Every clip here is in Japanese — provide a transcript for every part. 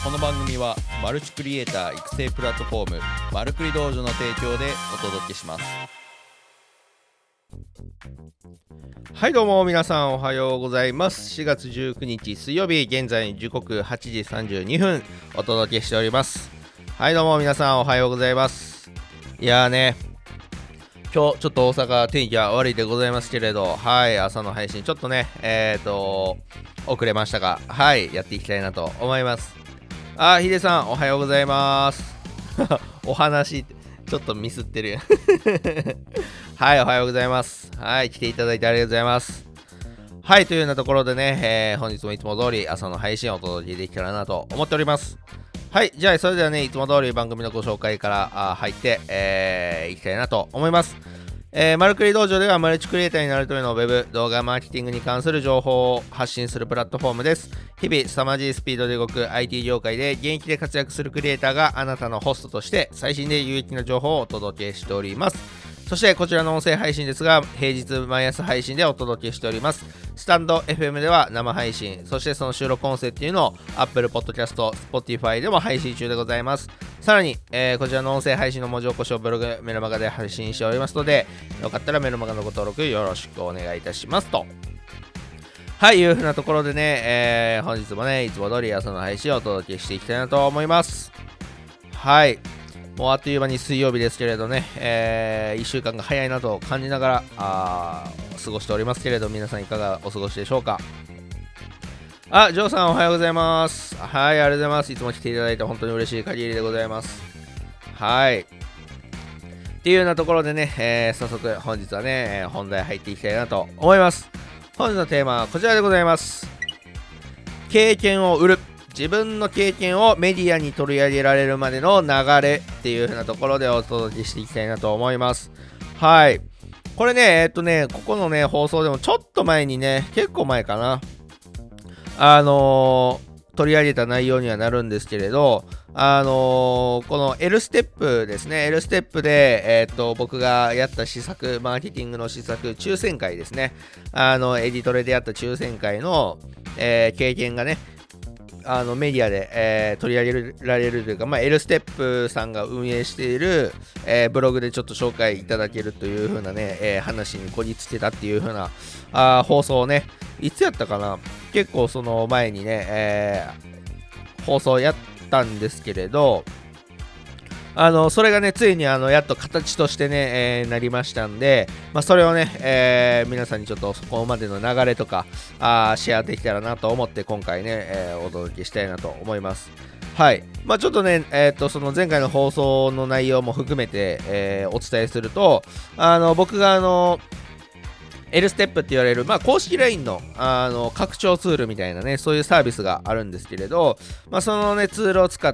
この番組はマルチクリエイター育成プラットフォームマルクリ道場の提供でお届けします。はいどうも皆さんおはようございます。4月19日水曜日、現在時刻8時32分お届けしております。はいどうも皆さんおはようございます。いやーね、今日ちょっと大阪天気は悪いでございますけれど、はい朝の配信ちょっとね遅れましたが、はいやっていきたいなと思います。ヒデさんおはようございますお話ちょっとミスってるはいおはようございます。はい来ていただいてありがとうございます。はいというようなところでね、本日もいつも通り朝の配信をお届けできたらなと思っております。はいじゃあそれではねいつも通り番組のご紹介から入っていきたいなと思います。マルクリ道場ではマルチクリエイターになるためのウェブ動画マーケティングに関する情報を発信するプラットフォームです。日々凄まじいスピードで動く IT 業界で現役で活躍するクリエイターがあなたのホストとして最新で有益な情報をお届けしております。そしてこちらの音声配信ですが平日毎朝配信でお届けしております。スタンド FM では生配信、そしてその収録音声っていうのを Apple Podcast、Spotify でも配信中でございます。さらに、こちらの音声配信の文字起こしをブログメルマガで配信しておりますので、よかったらメルマガのご登録よろしくお願いいたしますと。はいいうふうなところでね、本日もねいつも通り朝の配信をお届けしていきたいなと思います。はいもうあっという間に水曜日ですけれどね、1週間が早いなと感じながら過ごしておりますけれど、皆さんいかがお過ごしでしょうか。ジョーさんおはようございます。はいありがとうございます。いつも来ていただいて本当に嬉しい限りでございます。はいっていうようなところでね、早速本日はね、本題入っていきたいなと思います。本日のテーマはこちらでございます。経験を売る、自分の経験をメディアに取り上げられるまでの流れっていう風なところでお届けしていきたいなと思います。はいこれねここのね放送でもちょっと前にね、結構前かな取り上げた内容にはなるんですけれど、この L ステップですね、 L ステップで、僕がやった施策、マーケティングの施策、抽選会ですね、エディトレでやった抽選会の、経験がねメディアで、取り上げられるというか、L ステップさんが運営している、ブログでちょっと紹介いただけるという風なね、話にこぎつけたっていう風な放送をね、いつやったかな、結構その前にね、放送やったんですけれど、それがねついにやっと形としてね、なりましたんで、それをね、皆さんにちょっとそこまでの流れとかシェアできたらなと思って今回ね、お届けしたいなと思います。はいちょっとねその前回の放送の内容も含めて、お伝えすると僕がL ステップって言われる、公式 LINE の、拡張ツールみたいなね、そういうサービスがあるんですけれど、そのね、ツールを使って、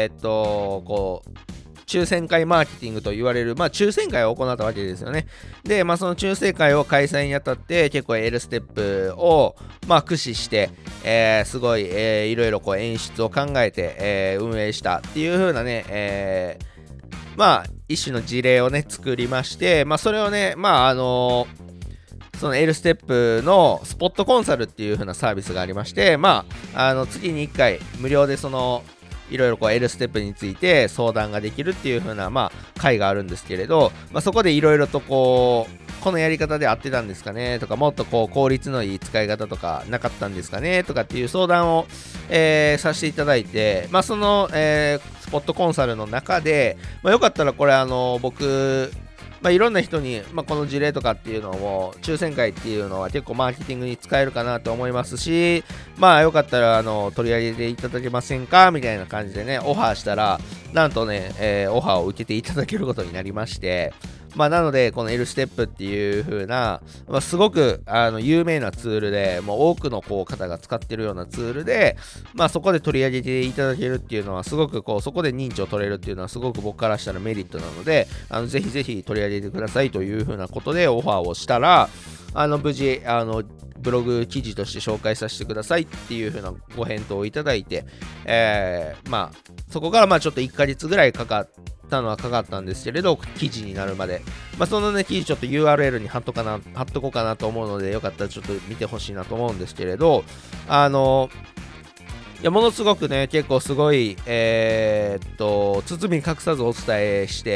こう、抽選会マーケティングと言われる、抽選会を行ったわけですよね。で、その抽選会を開催にあたって、結構 L ステップを、駆使して、すごい、いろいろこう演出を考えて、運営したっていう風なね、一種の事例をね、作りまして、それをね、その L ステップのスポットコンサルっていう風なサービスがありまして、月に1回無料でそのいろいろこう L ステップについて相談ができるっていう風な会があるんですけれど、そこでいろいろとこのやり方で合ってたんですかねとか、もっとこう効率のいい使い方とかなかったんですかねとかっていう相談を、させていただいて、その、スポットコンサルの中で、よかったらこれ僕いろんな人に、この事例とかっていうのを抽選会っていうのは結構マーケティングに使えるかなと思いますし、よかったら取り上げていただけませんかみたいな感じでねオファーしたら、なんとね、オファーを受けていただけることになりまして、なのでこの L ステップっていう風な、すごく有名なツールで、もう多くの方が使ってるようなツールで、そこで取り上げていただけるっていうのはすごくそこで認知を取れるっていうのはすごく僕からしたらメリットなので、ぜひぜひ取り上げてくださいという風なことでオファーをしたら、無事ブログ記事として紹介させてくださいっていう風なご返答をいただいて、そこからちょっと1ヶ月ぐらいかかったんですけれど、記事になるまで、そのね記事ちょっと URL に貼っとこうかなと思うので、よかったらちょっと見てほしいなと思うんですけれど、 や、ものすごくね、結構すごい、包み隠さずお伝えして、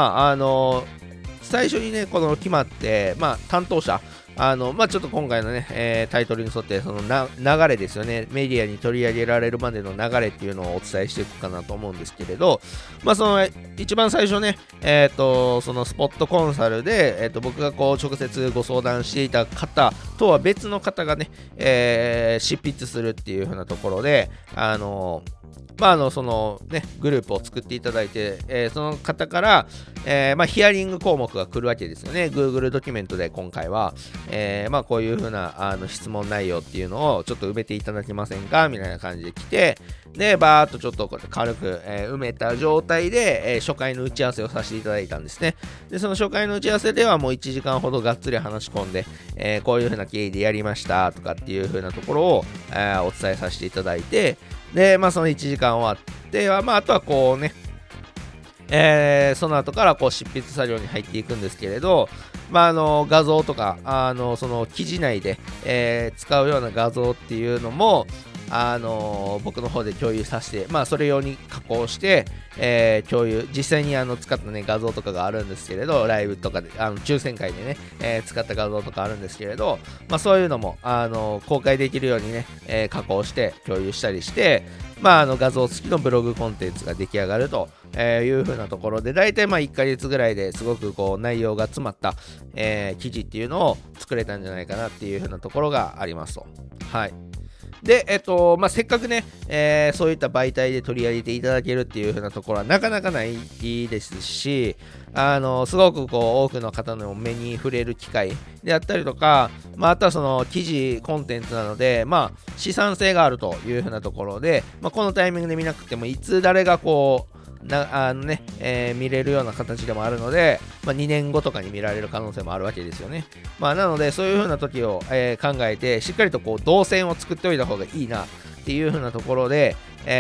最初にね、この決まって、担当者、ちょっと今回のね、タイトルに沿って、その流れですよね、メディアに取り上げられるまでの流れっていうのをお伝えしていくかなと思うんですけれど、その一番最初ね、そのスポットコンサルで、僕がこう直接ご相談していた方とは別の方がね、執筆するっていう風なところで、そのね、グループを作っていただいて、その方から、ヒアリング項目が来るわけですよね。Google ドキュメントで今回は、こういう風な質問内容っていうのをちょっと埋めていただけませんかみたいな感じで来て、で、バーっとちょっとこうやって軽く、埋めた状態で、初回の打ち合わせをさせていただいたんですね。で、その初回の打ち合わせではもう1時間ほどがっつり話し込んで、こういう風な経緯でやりましたとかっていう風なところを、お伝えさせていただいて、で、その1時間終わっては、あとはこうね、その後からこう執筆作業に入っていくんですけれど、画像とか、その記事内で、使うような画像っていうのも、僕の方で共有させて、それ用に加工して、共有、実際に使ったね、画像とかがあるんですけれど、ライブとかで、抽選会でね、使った画像とかあるんですけれど、そういうのも、公開できるようにね、加工して共有したりして、画像付きのブログコンテンツが出来上がるという風なところで、だいたい1ヶ月ぐらいですごくこう内容が詰まった、記事っていうのを作れたんじゃないかなっていう風なところがありますと。はい。で、せっかくね、そういった媒体で取り上げていただけるっていう風なところはなかなかないですし、すごくこう多くの方の目に触れる機会であったりとか、あとはその記事コンテンツなので、資産性があるという風なところで、このタイミングで見なくてもいつ誰がこう見れるような形でもあるので、2年後とかに見られる可能性もあるわけですよね。なので、そういう風な時を、考えて、しっかりとこう動線を作っておいた方がいいなっていう風なところで、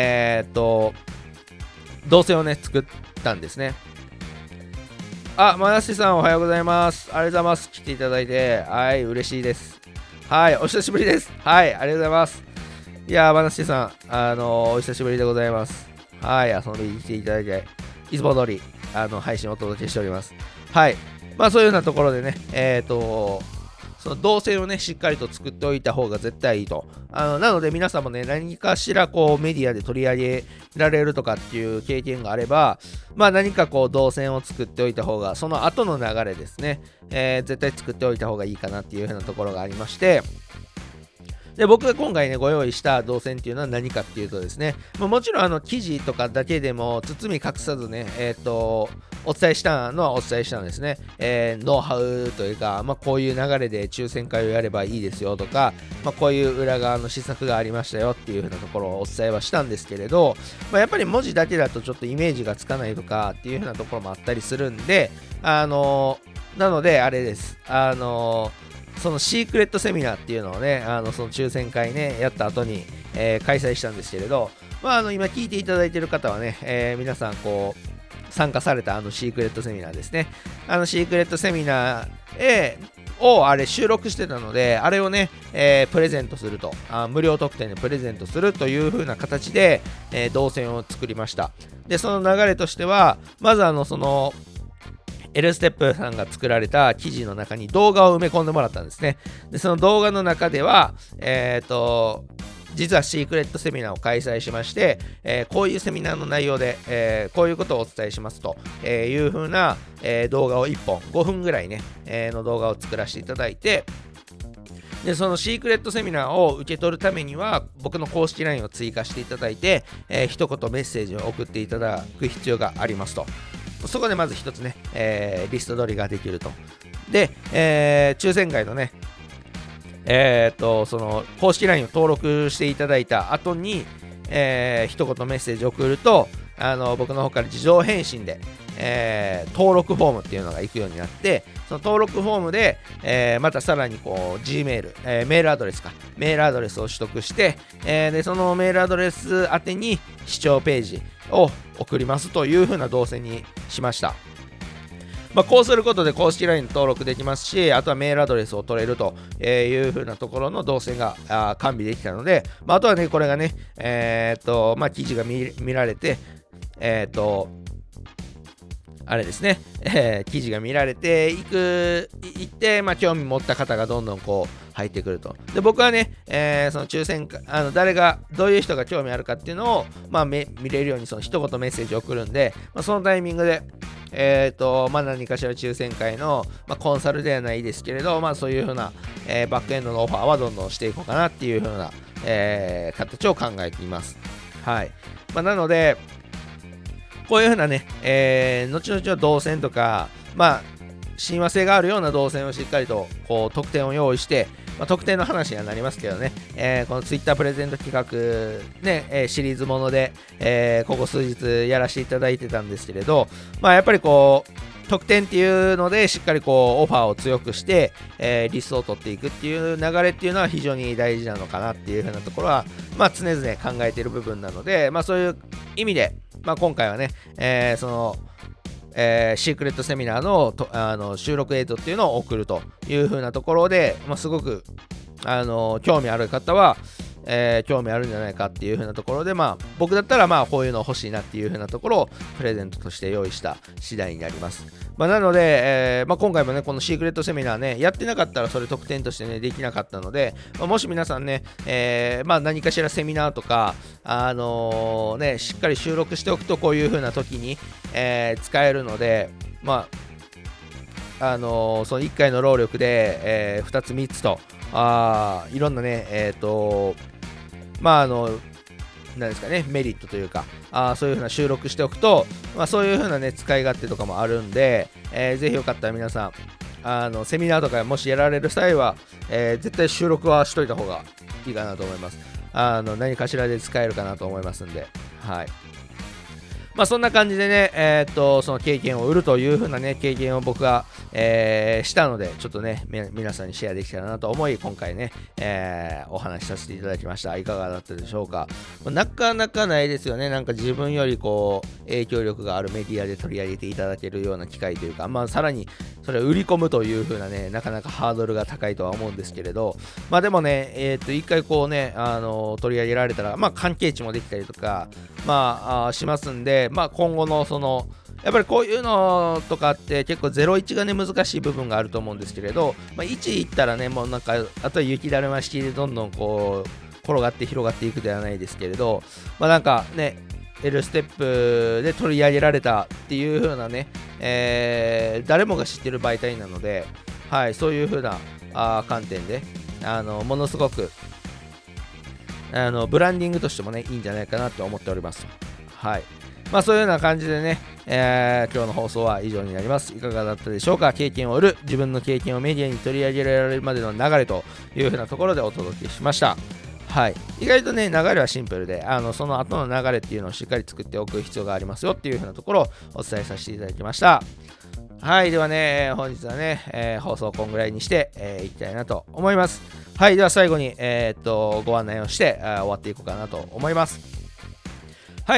動線をね、作ったんですね。まなしさんおはようございます。ありがとうございます。来ていただいて、はい、嬉しいです。はい、お久しぶりです。はい、ありがとうございます。いやー、まなしさん、お久しぶりでございます。はい、遊びに来ていただいて、いつも通り、配信をお届けしております。はい。そういうようなところでね、その動線をね、しっかりと作っておいた方が絶対いいと。なので皆さんもね、何かしらこうメディアで取り上げられるとかっていう経験があれば、何かこう動線を作っておいた方が、その後の流れですね、絶対作っておいた方がいいかなっていうようなところがありまして、で、僕が今回ね、ご用意した動線っていうのは何かっていうとですね、もちろん記事とかだけでも包み隠さずね、お伝えしたのはお伝えしたんですね。ノウハウというか、こういう流れで抽選会をやればいいですよとか、こういう裏側の施策がありましたよっていう風なところをお伝えはしたんですけれど、やっぱり文字だけだとちょっとイメージがつかないとかっていう風なところもあったりするんで、なのであれです。そのシークレットセミナーっていうのをね、その抽選会ね、やった後に、開催したんですけれど、今聞いていただいている方はね、皆さんこう、参加されたシークレットセミナーですね。シークレットセミナーをあれ収録してたので、あれをね、プレゼントすると、無料特典でプレゼントするという風な形で、動線を作りました。で、その流れとしては、まずその、L ステップさんが作られた記事の中に動画を埋め込んでもらったんですね。で、その動画の中では、実はシークレットセミナーを開催しまして、こういうセミナーの内容で、こういうことをお伝えしますという風な、動画を1本、5分ぐらいね、の動画を作らせていただいて、で、そのシークレットセミナーを受け取るためには、僕の公式 LINE を追加していただいて、一言メッセージを送っていただく必要がありますと。そこでまず一つね、リスト取りができると。で、抽選会のね、その公式 LINE を登録していただいた後に、一言メッセージを送ると、僕の方から自動返信で、登録フォームっていうのが行くようになって、その登録フォームで、またさらにこう Gmail、メールアドレスを取得して、でそのメールアドレス宛てに視聴ページを送りますという風な動線にしました。 こうすることで公式 LINE 登録できますし、あとはメールアドレスを取れるという風なところの動線が完備できたので、あとはね、これがね、記事が見られて、あれですね、記事が見られていって、興味持った方がどんどんこう入ってくると。で、僕はね、その抽選誰がどういう人が興味あるかっていうのを、見れるようにその一言メッセージを送るんで、そのタイミングで何かしら抽選会の、コンサルではないですけれど、そういう風な、バックエンドのオファーはどんどんしていこうかなっていう風な、形を考えています。はい。なので、こういう風なね、後々は動線とか、親和性があるような動線をしっかりとこう特典を用意して、特典の話にはなりますけどね、この Twitter プレゼント企画、ねシリーズもので、ここ数日やらせていただいてたんですけれど、やっぱりこう特典っていうのでしっかりこうオファーを強くして、リストを取っていくっていう流れっていうのは非常に大事なのかなっていう風なところは、常々考えている部分なので、そういう意味で、今回はね、そのシークレットセミナーの収録映像っていうのを送るという風なところで、すごく興味ある方は、興味あるんじゃないかっていう風なところで、僕だったらこういうの欲しいなっていう風なところをプレゼントとして用意した次第になります。なので、今回もねこのシークレットセミナーねやってなかったらそれ特典としてねできなかったので、もし皆さんね、何かしらセミナーとかしっかり収録しておくとこういう風な時に、使えるので、その1回の労力で、2つ3つといろんなねなんですかね、メリットというかそういう風な収録しておくと、そういう風なね使い勝手とかもあるんで、ぜひよかったら皆さんセミナーとかもしやられる際は、絶対収録はしといた方がいいかなと思います。何かしらで使えるかなと思いますんで、はい。そんな感じでね、その経験を売るという風なね経験を僕が、したので、ちょっとね皆さんにシェアできたらなと思い、今回ね、お話しさせていただきました。いかがだったでしょうか。なかなかないですよね。なんか自分よりこう影響力があるメディアで取り上げていただけるような機会というか、さらにそれを売り込むという風なね、なかなかハードルが高いとは思うんですけれど、でもね、一回こうね取り上げられたら、関係値もできたりとかしますんで、今後のそのやっぱりこういうのとかって結構01がね難しい部分があると思うんですけれど、1いったらねもうなんかあとは雪だるま式でどんどんこう転がって広がっていくではないですけれど、なんかねL ステップで取り上げられたっていう風なね、誰もが知ってる媒体なので、はい、そういう風な観点でものすごくブランディングとしてもねいいんじゃないかなと思っております。はい。そういうような感じでね、今日の放送は以上になります。いかがだったでしょうか。経験を売る、自分の経験をメディアに取り上げられるまでの流れという風なところでお届けしました。はい。意外とね、流れはシンプルで、その後の流れっていうのをしっかり作っておく必要がありますよっていう風なところをお伝えさせていただきました。はい。ではね、本日はね、放送こんぐらいにしていきたいなと思います。はい。では最後に、ご案内をして終わっていこうかなと思います。はい、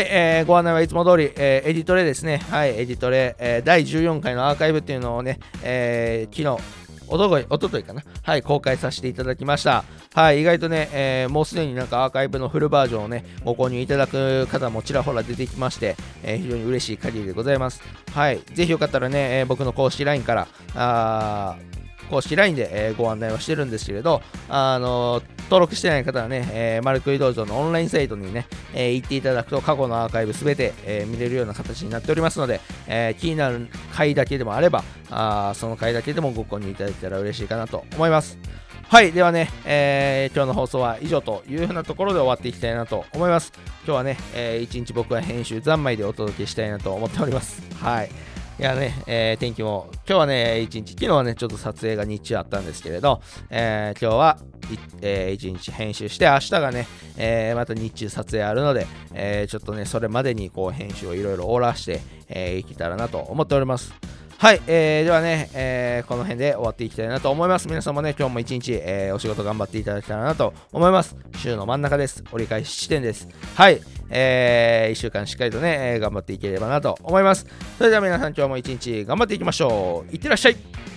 ご案内はいつも通り、エディトレですね。はい、エディトレ、第14回のアーカイブっていうのをね、昨日、おとといかな、はい、公開させていただきました。はい、意外とね、もうすでになんかアーカイブのフルバージョンをね、ご購入いただく方もちらほら出てきまして、非常に嬉しい限りでございます。はい、ぜひよかったらね、僕の公式 LINE から公式 LINE で、ご案内をしてるんですけれど、登録してない方はね、マルクイ道場のオンラインサイトにね、行っていただくと過去のアーカイブすべて、見れるような形になっておりますので、気になる回だけでもあればその回だけでもご購入いただけたら嬉しいかなと思います。はい。ではね、今日の放送は以上というふうなところで終わっていきたいなと思います。今日はね、一日僕は編集三昧でお届けしたいなと思っております。はい。いやね、天気も今日はね一日、昨日はねちょっと撮影が日中あったんですけれど、今日は一日編集して、明日がね、また日中撮影あるので、ちょっとねそれまでにこう編集をいろいろ終わらして、いけたらなと思っております。はい、ではね、この辺で終わっていきたいなと思います。皆さんもね今日も一日、お仕事頑張っていただけたらなと思います。週の真ん中です。折り返し地点です。はい、 1週間しっかりとね、頑張っていければなと思います。それでは皆さん今日も一日頑張っていきましょう。いってらっしゃい。